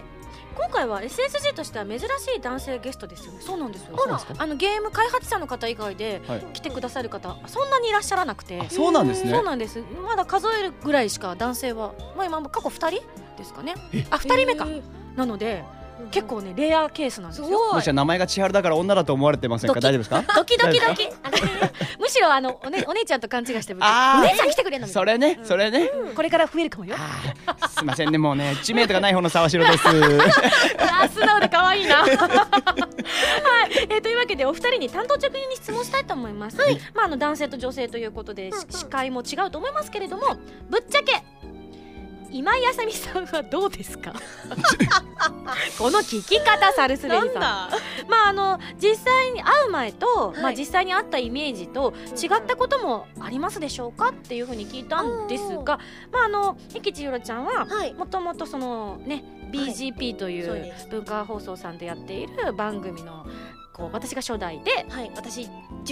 今回は SSG としては珍しい男性ゲストですよね。そうなんですよ。ゲーム開発者の方以外で来てくださる方、そんなにいらっしゃらなくて。 そうなんですね。 そうなんです。まだ数えるぐらいしか男性は、今過去2人ですかね。2人目か。なので結構ねレアケースなんですよ。 もしは名前が千春だから女だと思われてませんか？大丈夫ですか？ ドキドキドキ。むしろお姉ちゃんと勘違いしてる。お姉ちゃん来てくれんの。 それね。 これから増えるかもよ。 すいませんね、もうね知名度がない方の沢城です。 素直で可愛いな。はい。というわけでお二人に単刀直入に質問したいと思います。男性と女性ということで司会も違うと思いますけれども、ぶっちゃけ今井あさみさんはどうですか？この聞き方、サルスベリさん。実際に会う前と、実際に会ったイメージと違ったこともありますでしょうかっていうふうに聞いたんですが、池千尋ちゃんはもともとそのね BGP という文化放送さんでやっている番組の私が初代で、 私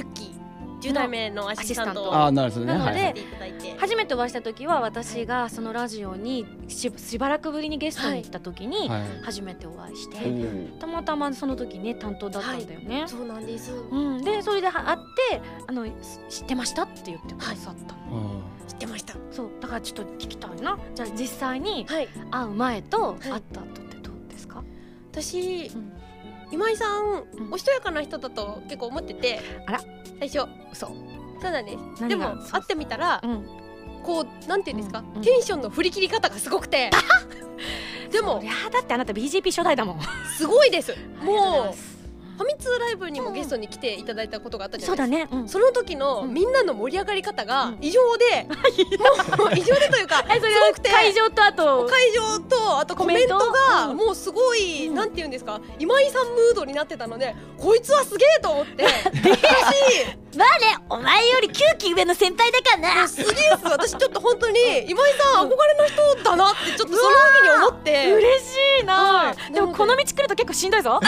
10代目のアシスタントなるほどね。 なので初めてお会いした時は私がそのラジオにしばらくぶりにゲストに行った時に初めてお会いして、たまたまその時ね担当だったんだよね。 そうなんです。 でそれで会って知ってましたって言ってくださったの。 知ってました。 そうだからちょっと聞きたいな。じゃあ実際に会う前と会った後ってどうですか？ 私今井さんおしとやかな人だと結構思ってて、最初そうなんです。でも会ってみたらなんていうんですか、テンションの振り切り方がすごくて、でもだってあなた BGP 初代だもん。 すごいです。もうファミ通ライブにもゲストに来ていただいたことがあったじゃないですか。その時のみんなの盛り上がり方が異常で、もう異常でというかすごくて、 会場とあとコメントがもうすごいなんていうんですか、今井さんムードになってたので、こいつはすげえと思って。 まあね、お前より9期上の先輩だからな。 すげえです。私ちょっと本当に今井さん憧れの人だなってちょっとその時に思って。 嬉しいな。でもこの道来ると結構しんどいぞ。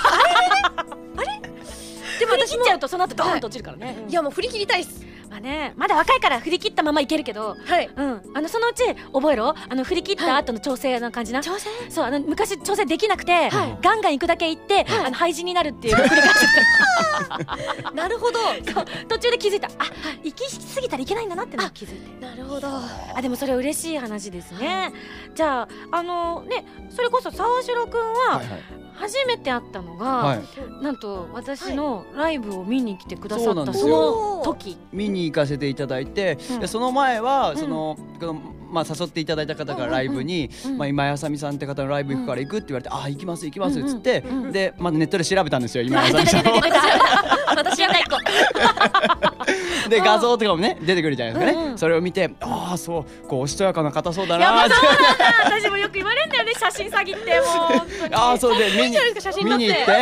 でも振り切っちゃうとその後ドーンと落ちるからね。 いやもう振り切りたいっす。 まだ若いから振り切ったままいけるけど、そのうち覚えろ、振り切った後の調整な感じな。調整？そう、昔調整できなくてガンガン行くだけ行って廃人になるっていう繰り返し。 なるほど。 途中で気づいた。行き過ぎたらいけないんだなっての気づいて。 なるほど。 でもそれ嬉しい話ですね。じゃあね、それこそ沢城くんは初めて会ったのがなんと私のライブを見に来てくださったその時。 見に行かせていただいて、その前は誘っていただいた方がライブに今井あさみさんって方のライブ行くから行くって言われて、行きますっつって、でネットで調べたんですよ、今井あさみさんを。 私やない子。 で画像とかもね出てくるじゃないですかね。それを見て、そうおしとやかな方そうだなって。 私もよく言われるんだよね、写真詐欺って。もう本当にそうで見に行って、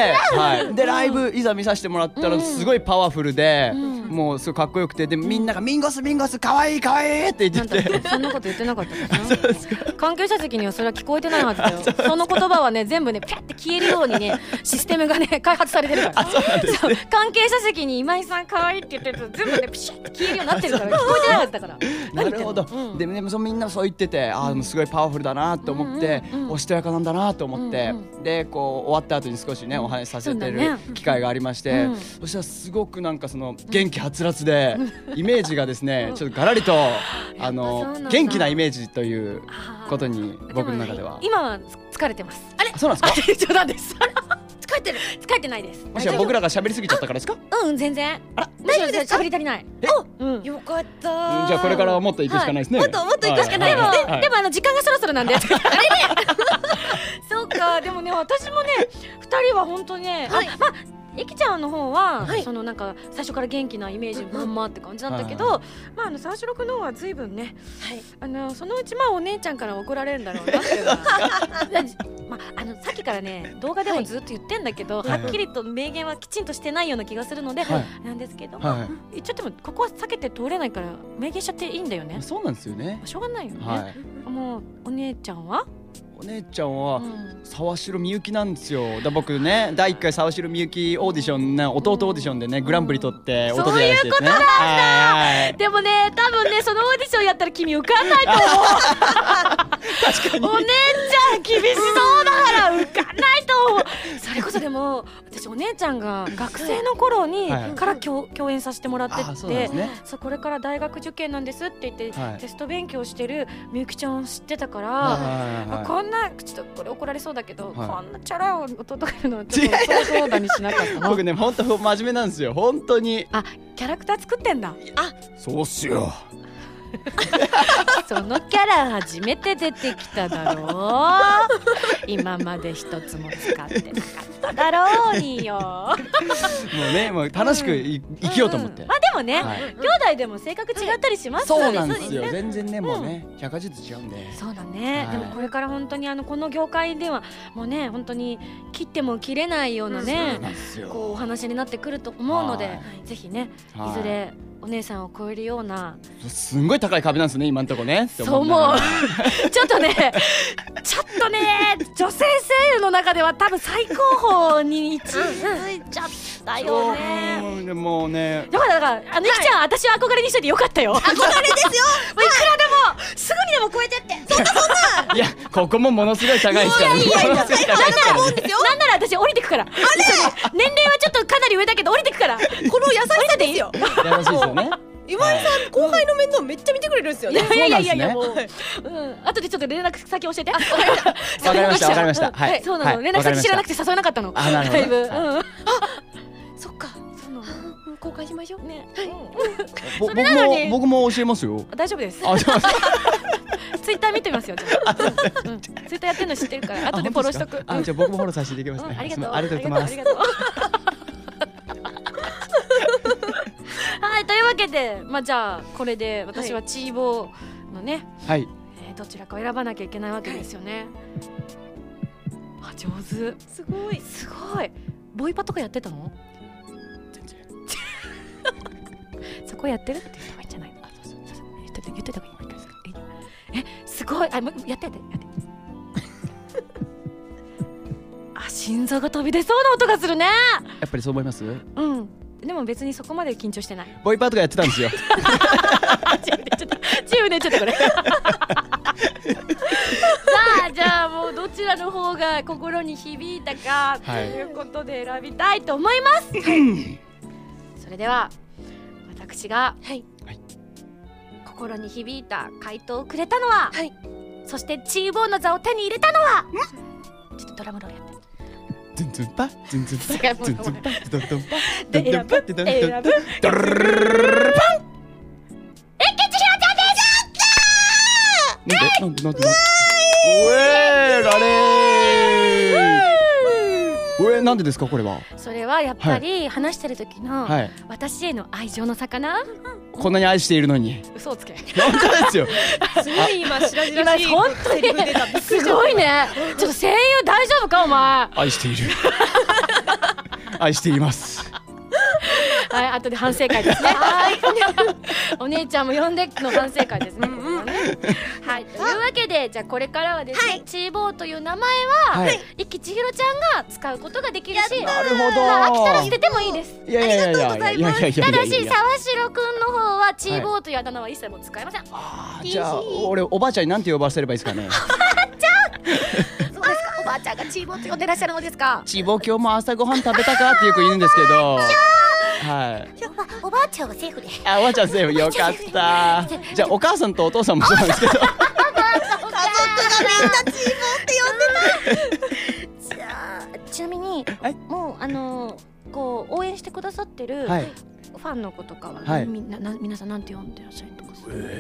でライブいざ見させてもらったらすごいパワフルで、もうすごいかっこよくて、でみんながミンゴスかわいいって言ってて。 そんなこと言ってなかったかな。関係者席にはそれは聞こえてないはずだよ。その言葉はね全部ねピャって消えるようにねシステムがね開発されてるから。関係者席に今井さんかわいいって言ってると全部ねピシャって消えるようになってるから聞こえてないはずだから。 なるほど。でみんなそう言ってて、すごいパワフルだなと思って、おしとやかなんだなと思って、で終わった後に少しねお話しさせてる機会がありまして、そしたらすごくなんかその元気はつらつでイメージがですねちょっとガラリと元気なイメージということに僕の中では。 今は疲れてます。 そうなんですか？ 冗談です。疲れてないです。 もし僕らが喋りすぎちゃったからですか？ 全然。大丈夫です。喋り足りない。 よかった。 じゃあこれからはもっと行くしかないですね。 もっと行くしかないですね。 でも時間がそろそろなんで。そうか。でもね私もね2人は本当ね、ゆきちゃんの方はそのなんか最初から元気なイメージまんまって感じだったけど、沢城くんの方は随分ね、そのうちお姉ちゃんから怒られるんだろうなっていうのはさっきからね動画でもずっと言ってんだけど、はっきりと明言はきちんとしてないような気がするのでなんですけど、一応でもここは避けて通れないから明言しちゃっていいんだよね。 そうなんですよね。 しょうがないよね。もうお姉ちゃんはお姉ちゃんは沢城みゆきなんですよ。僕ね第1回沢城みゆきオーディションね、弟オーディションでねグランプリ取って弟やらせてですね。 でもね多分ねそのオーディションやったら君受かんないと思う。確かにお姉ちゃん厳しそうだから受かんないと思う。それこそでも私お姉ちゃんが学生の頃にから共演させてもらってて、そうこれから大学受験なんですって言ってテスト勉強してるみゆきちゃんを知ってたから、こんなちょっとこれ怒られそうだけど、こんなチャラい弟がいるのはちょっとそうだにしなかったの。 僕ね本当真面目なんですよ本当に。 キャラクター作ってんだ。 そうっすよ。 そのキャラ初めて出てきただろう。今まで一つも使ってなかっただろうによ。もうねもう楽しく生きようと思って。 でもね、兄弟でも性格違ったりしますからね。そうなんですよ。全然ねもうね100ずつ違うんで。 そうだね。でもこれから本当にこの業界ではもうね本当に切っても切れないようなねこうお話になってくると思うので、ぜひねいずれお姉さんを超えるようなすんごい高い壁なんですね今のとこね。 そう思う。ちょっとね女性声優の中では多分最高峰に位置づいちゃったよね。 でもねだからゆきちゃん私は憧れにしといてよかったよ。 憧れですよ。いくらでもすぐにでも超えてって。 そんな。 いやここもものすごい高いですからね。 なんなら私降りてくから。年齢はちょっとかなり上だけど降りてくから。この優しさですよ。 優しいですよね。 今井さん後輩の面倒めっちゃ見てくれるんですよね。 いやもう後でちょっと連絡先教えて。わかりました。はい。 そうなの連絡先知らなくて誘えなかったの。だいぶ。そっか。 交換しましょうね。 僕も教えますよ。 大丈夫です。ツイッター見てみますよ。ツイッターやってるの知ってるから後でフォローしとく。 じゃあ僕もフォローさせていただきますね。 ありがとう。 ありがとうございます。 はいというわけでじゃあこれで私はチーボーのねどちらかを選ばなきゃいけないわけですよね。上手。 すごいボイパとかやってたの？そこやってるって言った方がいいんじゃない？言ってた方がいいですか？すごいやって心臓が飛び出そうな音がするね。やっぱりそう思います？ でも別にそこまで緊張してない。 ボイパとかやってたんですよ。 チームでちょっとこれ。さあじゃあもうどちらの方が心に響いたかということで選びたいと思います。それでは私が心に響いた回答をくれたのは、そしてチーボーの座を手に入れたのは、ちょっとドラムロールやって。 ズンズンパズンズンパズンズンパドンドンパドンドンパで選ぶドルルルルパン。ケチヒロちゃんです。なんでラレー。なんでですかこれは？ それはやっぱり話してる時の私への愛情の魚。 こんなに愛しているのに嘘をつけ。 本当ですよ。 すごい今白々しい本当にすごいね。ちょっと声優大丈夫かお前。 愛している。愛しています。 はい、後で反省会ですね。お姉ちゃんも呼んでの反省会ですね。はい、というわけでじゃあこれからはですね、チーボーという名前は一木千尋ちゃんが使うことができるし、 なるほど。 飽きたら捨ててもいいです。 いやいやいやいやいやいや。 ただし沢城くんの方はチーボーというあだ名は一切もう使えません。 じゃあ俺おばあちゃんになんて呼ばせればいいですかね。 そうですか。おばあちゃんがチーボーと呼んでらっしゃるのですか。 チーボー今日も朝ごはん食べたかってよく言うんですけど。はい。 おばあちゃんはセーフで。 おばあちゃんセーフ、よかった。じゃあお母さんとお父さんもそうなんですけど。家族がみんなチーボーって呼んでた。じゃあちなみにもうこう応援してくださってるファンの子とかは皆さんなんて呼んでらっしゃるとか。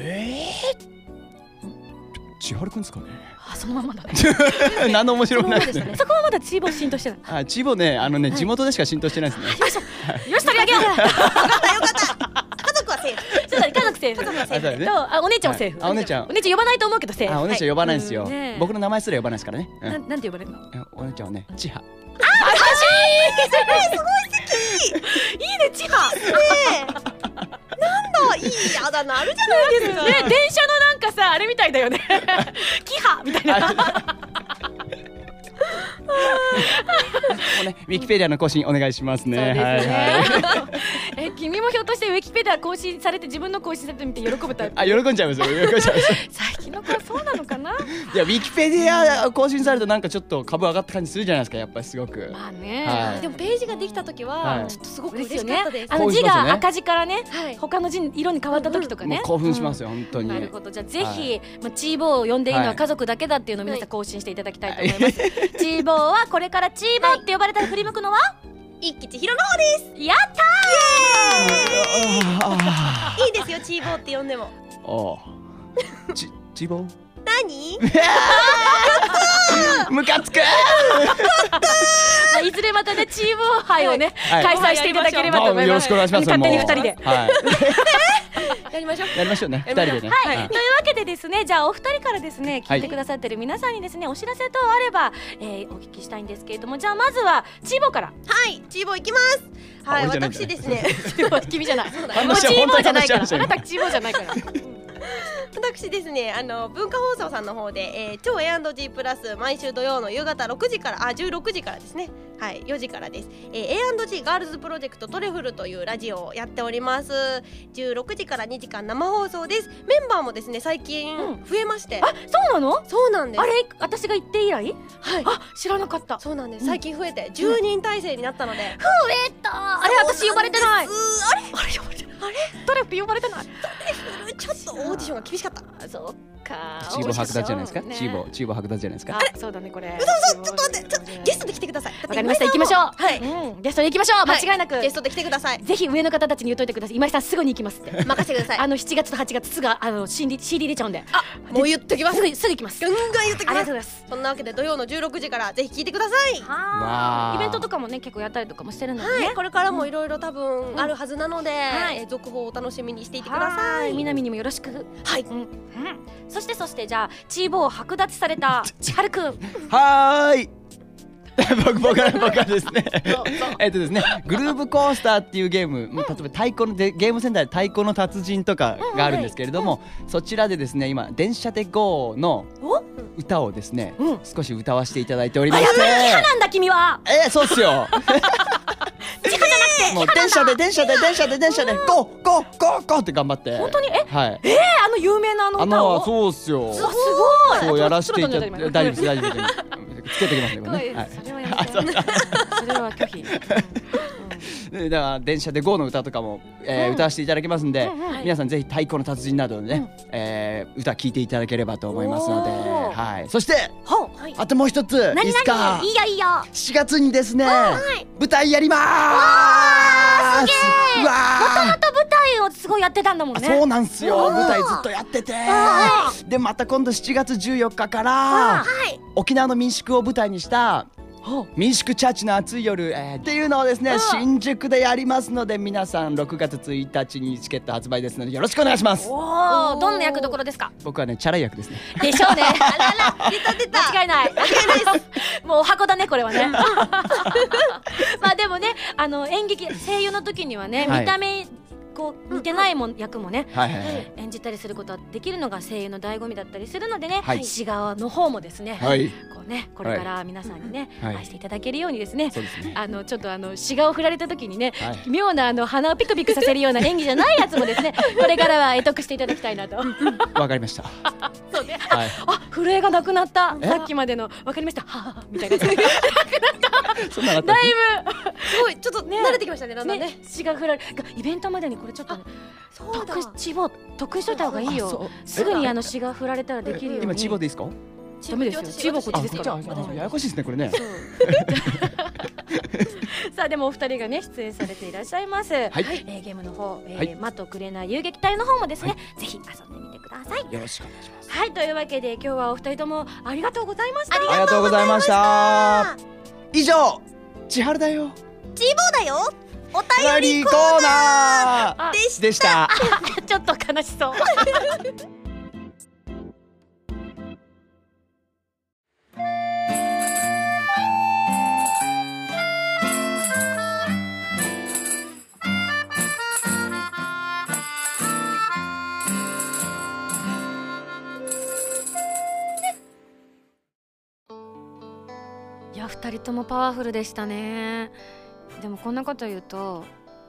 千春くんですかね。 そのままだね。 何の面白くないですね。 そこはまだチーボー浸透してない。 チーボーね地元でしか浸透してないですね。 よし取り上げよう。よかった。 家族はセーフ。 そうだね、家族セーフ。お姉ちゃんはセーフ。 お姉ちゃん呼ばないと思うけどセーフ。 お姉ちゃん呼ばないんですよ。僕の名前すら呼ばないですからね。 なんて呼ばれるの？ お姉ちゃんはね、千葉。 すごい素敵。いいね、千葉。 なんだ、いいあだ名あるじゃないですか。 電車のなんかさあれみたいだよね。キハみたいな。 ウィキペディアの更新お願いしますね。 そうですねはいはい。 君もひょっとしてウィキペディア更新されて自分の更新されてみて喜ぶタイプ？ あ、喜んじゃいますよ。喜んじゃいます。 最近の子はそうなのかな。 いやウィキペディア更新されるとなんかちょっと株上がった感じするじゃないですか、やっぱりすごく。 まあね、 はい、 でもページができた時はちょっとすごく嬉しかったです。 字が赤字からね、 はい、 他の字色に変わった時とかね、 もう興奮しますよ、本当に。 なるほど。じゃあぜひ、チーボーを呼んでいいのは家族だけだっていうのを皆さん更新していただきたいと思います。チーボーはこれからチーボーって呼ばれたら振り向くのは一吉ひろの方です。 やったーいいですよ、チーボーって呼んでも。 チーボー何ムカつくいずれまたねチーボー杯をね、開催していただければと思います。 よろしくお願いします。 勝手に2人でやりましょう。 やりましょうね、2人でね。 はい、というわけでですね、じゃあお二人からですね、聞いてくださってる皆さんにですね、お知らせ等あれば、お聞きしたいんですけれども、じゃあまずはチーボーから。 はい、チーボーいきます。はい、私ですね。 君じゃない。もうチ話はーボーじゃないから。 本当に話しあなたチーボーじゃないから。 私ですね、文化放送さんの方で、超 A&G プラス毎週土曜の夕方6時から16時からですね、はい、4時からです。A&G ガールズプロジェクトトレフルというラジオをやっております。16時から2時間生放送です。メンバーもですね最近増えまして、 あ、そうなの？ そうなんです。 あれ、私が行って以来？はい。あ、知らなかった。 そうなんです。最近増えて10人体制になったので。増えた。あれ、私呼ばれてない。 あれ呼ばれてない。あれトレフル呼ばれてない。 ちょっとオーディションが厳しかった。 そうか。 チーボー剥奪じゃないですか。チーボー剥奪じゃないですか。 あ、そうだねこれ。 嘘、ちょっと待って、ゲストで来てください。 わかりました、行きましょう。 はい、 ゲストで行きましょう。間違いなくゲストで来てください。 ぜひ上の方たちに言っといてください。今井さんすぐに行きますって。 任せてください。 7月と8月すぐCD 出ちゃうんで。 あ、もう言っときます。 すぐ行きます。 ガンガン言っときます。 ありがとうございます。 そんなわけで土曜の16時からぜひ聞いてください。 イベントとかもね結構やったりとかもしてるのでね。 これからもいろいろ多分あるはずなので、続報をお楽しみにしていてください。 南にもよろしく。 はい。 そしてじゃあチーボーを剥奪された千春くん。 はーい。僕はですねですね、グルーブコースターっていうゲーム、例えば太鼓のゲームセンターで太鼓の達人とかがあるんですけれども、そちらでですね今電車で GO の歌をですね、少し歌わせていただいておりまして。 嫌なんだ君は。 そうっすよ。 事故じゃなくてもう電車でゴーって頑張って。 本当に？ はい。 有名な歌を。 そうっすよ。 すごい。 そうやらせていただいて大丈夫です。つけてきますねこれね。 それはやめて。それは拒否。 だから電車で GO の歌とかも歌わせていただきますんで、皆さんぜひ太鼓の達人などでね歌聴いていただければと思いますので、はい。そしてあともう一ついいですか？ いいよ。 4月にですね舞台やりまーす。 うわー。もともと舞台をすごいやってたんだもんね。 そうなんすよ。舞台ずっとやってて、でまた今度7月14日から沖縄の民宿を舞台にした民宿チャーチの熱い夜、っていうのをですね新宿でやりますので、皆さん6月1日にチケット発売ですのでよろしくお願いします。 どんな役どころですか？ 僕はねチャラい役ですね。 でしょうね。 あらら、出た間違いないもうお箱だねこれはね。まあでもね演劇声優の時にはね、見た目こう似てない役もね演じたりすることはできるのが声優の醍醐味だったりするのでね、市側の方もですねこれから皆さんにね愛していただけるようにですね、ちょっと市側を振られた時にね妙な鼻をピクピクさせるような演技じゃないやつもですねこれからは得していただきたいなと。 わかりました。 そうね。震えがなくなった。さっきまでのわかりましたみたいななくなった。だいぶすごいちょっと慣れてきましたね。だんだんね市が振られイベントまでにこれちょっとチボ得意しといた方がいいよ。すぐに市が振られたらできるように。 今チボでいいですか？ ダメですよ。チボこっちですから。 ややこしいですねこれね。 さあでもお二人がね出演されていらっしゃいます。ゲームの方マとくれない遊撃隊の方もですねぜひ遊んでみてください。 よろしくお願いします。 はい、というわけで今日はお二人ともありがとうございました。 ありがとうございました。以上千春だよチボだよお便りコーナーでした。 ちょっと悲しそう。2 2人ともパワフルでしたね。でもこんなこと言うと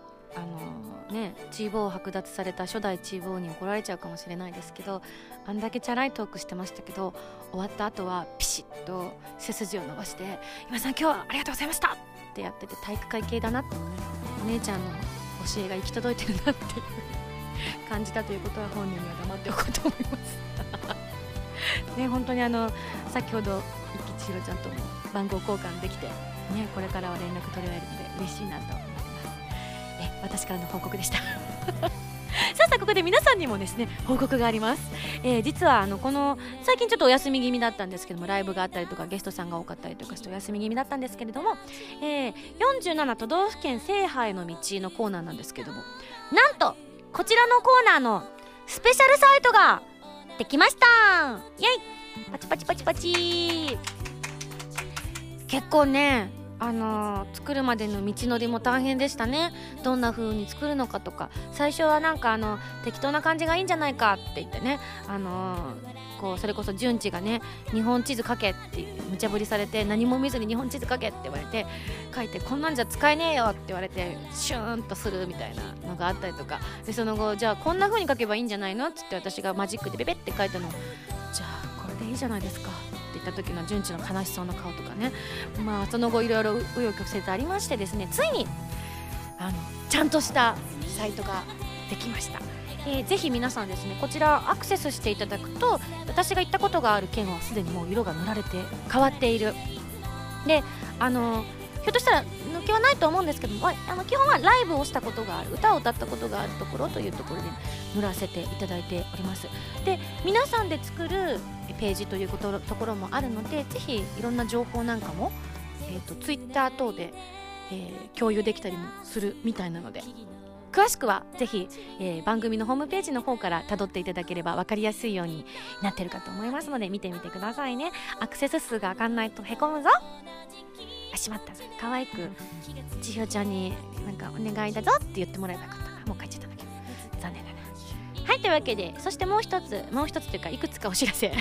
チーボーを剥奪された初代チーボーに怒られちゃうかもしれないですけど、あんだけチャラいトークしてましたけど、終わった後はピシッと背筋を伸ばして、今さん今日はありがとうございましたってやってて、体育会系だなって、お姉ちゃんの教えが行き届いてるなっていう感じたということは、本人には黙っておこうと思いますね。本当に先ほど一木千尋ちゃんとも番号交換できて、これからは連絡取り合えるので嬉しいなと思います。私からの報告でしたさあここで皆さんにもですね報告があります。実は最近ちょっとお休み気味だったんですけども、ライブがあったりとかゲストさんが多かったりとかしてお休み気味だったんですけれども、47都道府県制覇への道のコーナーなんですけども、なんとこちらのコーナーのスペシャルサイトができました。イエイ、パチパチパチパチ。結構ね作るまでの道のりも大変でしたね。どんな風に作るのかとか、最初は適当な感じがいいんじゃないかって言ってね、それこそ順次がね、日本地図書けって無茶ぶりされて、何も見ずに日本地図書けって言われて書いて、こんなんじゃ使えねえよって言われてシューンとするみたいなのがあったりとかで、その後じゃあこんな風に書けばいいんじゃないのって言って、私がマジックでベベって書いたのを、じゃあこれでいいじゃないですかって言った時の順次の悲しそうな顔とかね、その後いろいろ紆余曲折ありましてですね、ついにちゃんとしたサイトができました。ぜひ皆さんですね、こちらアクセスしていただくと、私が行ったことがある県はすでにもう色が塗られて変わっている。でひょっとしたら抜けはないと思うんですけども、基本はライブをしたことがある、歌を歌ったことがあるところというところで塗らせていただいております。で皆さんで作るページというところもあるので、ぜひいろんな情報なんかも、ツイッター等で、共有できたりもするみたいなので、詳しくはぜひ、番組のホームページの方から辿っていただければ分かりやすいようになってるかと思いますので、見てみてくださいね。アクセス数が上がんないとへこむぞ。しまった、可愛く千尋ちゃんにお願いだぞって言ってもらえばよかったな。もう書いちゃったんだけど残念だな。はい、というわけで、そしてもう一つというかいくつかお知らせ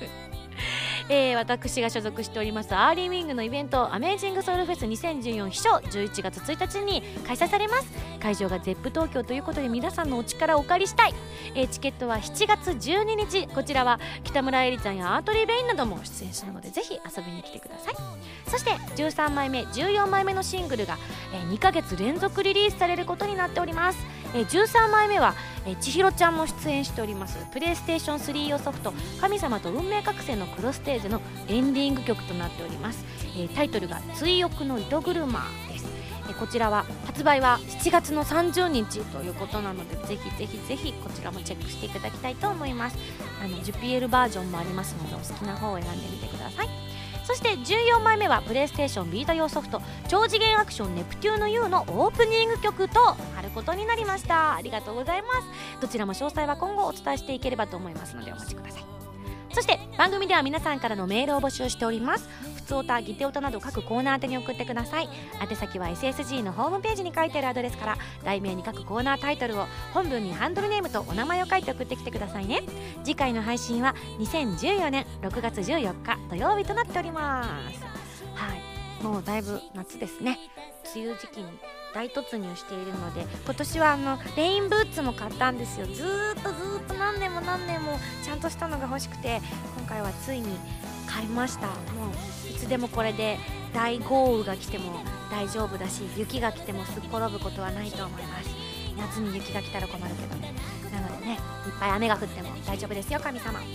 私が所属しておりますアーリーウィングのイベント、アメージングソウルフェス2014秘書、11月1日に開催されます。会場が ZEP 東京ということで、皆さんのお力をお借りしたい。チケットは7月12日、こちらは北村えりちゃんやアートリー・ベインなども出演するので、ぜひ遊びに来てください。そして13枚目14枚目のシングルが2ヶ月連続リリースされることになっております。13枚目は千尋ちゃんも出演しておりますプレイステーション3用ソフト神様と運命覚醒のクロステージのエンディング曲となっております。タイトルが追憶の糸車です。こちらは発売は7月の30日ということなので、ぜひぜひぜひこちらもチェックしていただきたいと思います。10PL バージョンもありますので、お好きな方を選んでみてください。そして14枚目はプレイステーションビータ用ソフト超次元アクションネプテューヌ U のオープニング曲と貼ることになりました。ありがとうございます。どちらも詳細は今後お伝えしていければと思いますのでお待ちください。そして番組では皆さんからのメールを募集しております。ふつおた、ぎておたなど各コーナー宛てに送ってください。宛先は SSG のホームページに書いてあるアドレスから、題名に各コーナータイトルを、本文にハンドルネームとお名前を書いて送ってきてくださいね。次回の配信は2014年6月14日土曜日となっております。はい、もうだいぶ夏ですね。梅雨時期に大突入しているので、今年はレインブーツも買ったんですよ。ずーっと何年もちゃんとしたのが欲しくて、今回はついに買いました。もういつでもこれで大豪雨が来ても大丈夫だし、雪が来てもすっ転ぶことはないと思います。夏に雪が来たら困るけどね。なのでね、いっぱい雨が降っても大丈夫ですよ、神様。はい、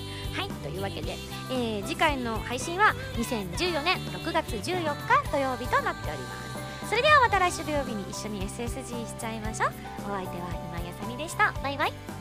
というわけで、次回の配信は2014年6月14日土曜日となっております。それではまた来週土曜日に一緒に SSG しちゃいましょう。お相手は今井あさみでした。バイバイ。